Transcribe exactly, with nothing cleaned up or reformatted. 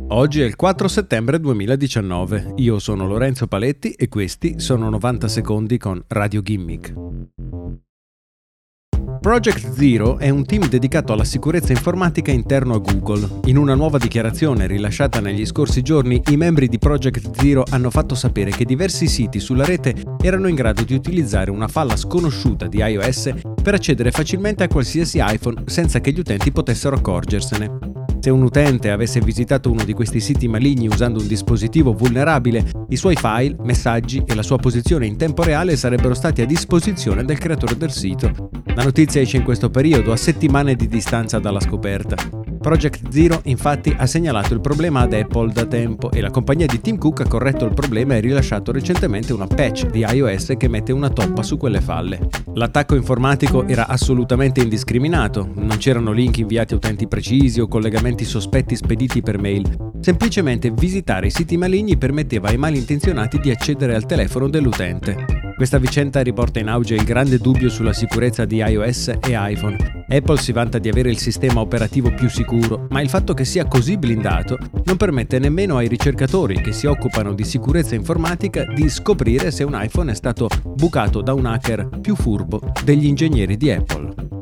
Oggi è il quattro settembre duemiladiciannove, io sono Lorenzo Paletti e questi sono novanta secondi con Radio Gimmick. Project Zero è un team dedicato alla sicurezza informatica interno a Google. In una nuova dichiarazione rilasciata negli scorsi giorni, i membri di Project Zero hanno fatto sapere che diversi siti sulla rete erano in grado di utilizzare una falla sconosciuta di iOS per accedere facilmente a qualsiasi iPhone senza che gli utenti potessero accorgersene. Se un utente avesse visitato uno di questi siti maligni usando un dispositivo vulnerabile, i suoi file, messaggi e la sua posizione in tempo reale sarebbero stati a disposizione del creatore del sito. La notizia esce in questo periodo, a settimane di distanza dalla scoperta. Project Zero infatti ha segnalato il problema ad Apple da tempo e la compagnia di Tim Cook ha corretto il problema e rilasciato recentemente una patch di iOS che mette una toppa su quelle falle. L'attacco informatico era assolutamente indiscriminato, non c'erano link inviati a utenti precisi o collegamenti sospetti spediti per mail. Semplicemente visitare i siti maligni permetteva ai malintenzionati di accedere al telefono dell'utente. Questa vicenda riporta in auge il grande dubbio sulla sicurezza di iOS e iPhone. Apple si vanta di avere il sistema operativo più sicuro, ma il fatto che sia così blindato non permette nemmeno ai ricercatori che si occupano di sicurezza informatica di scoprire se un iPhone è stato bucato da un hacker più furbo degli ingegneri di Apple.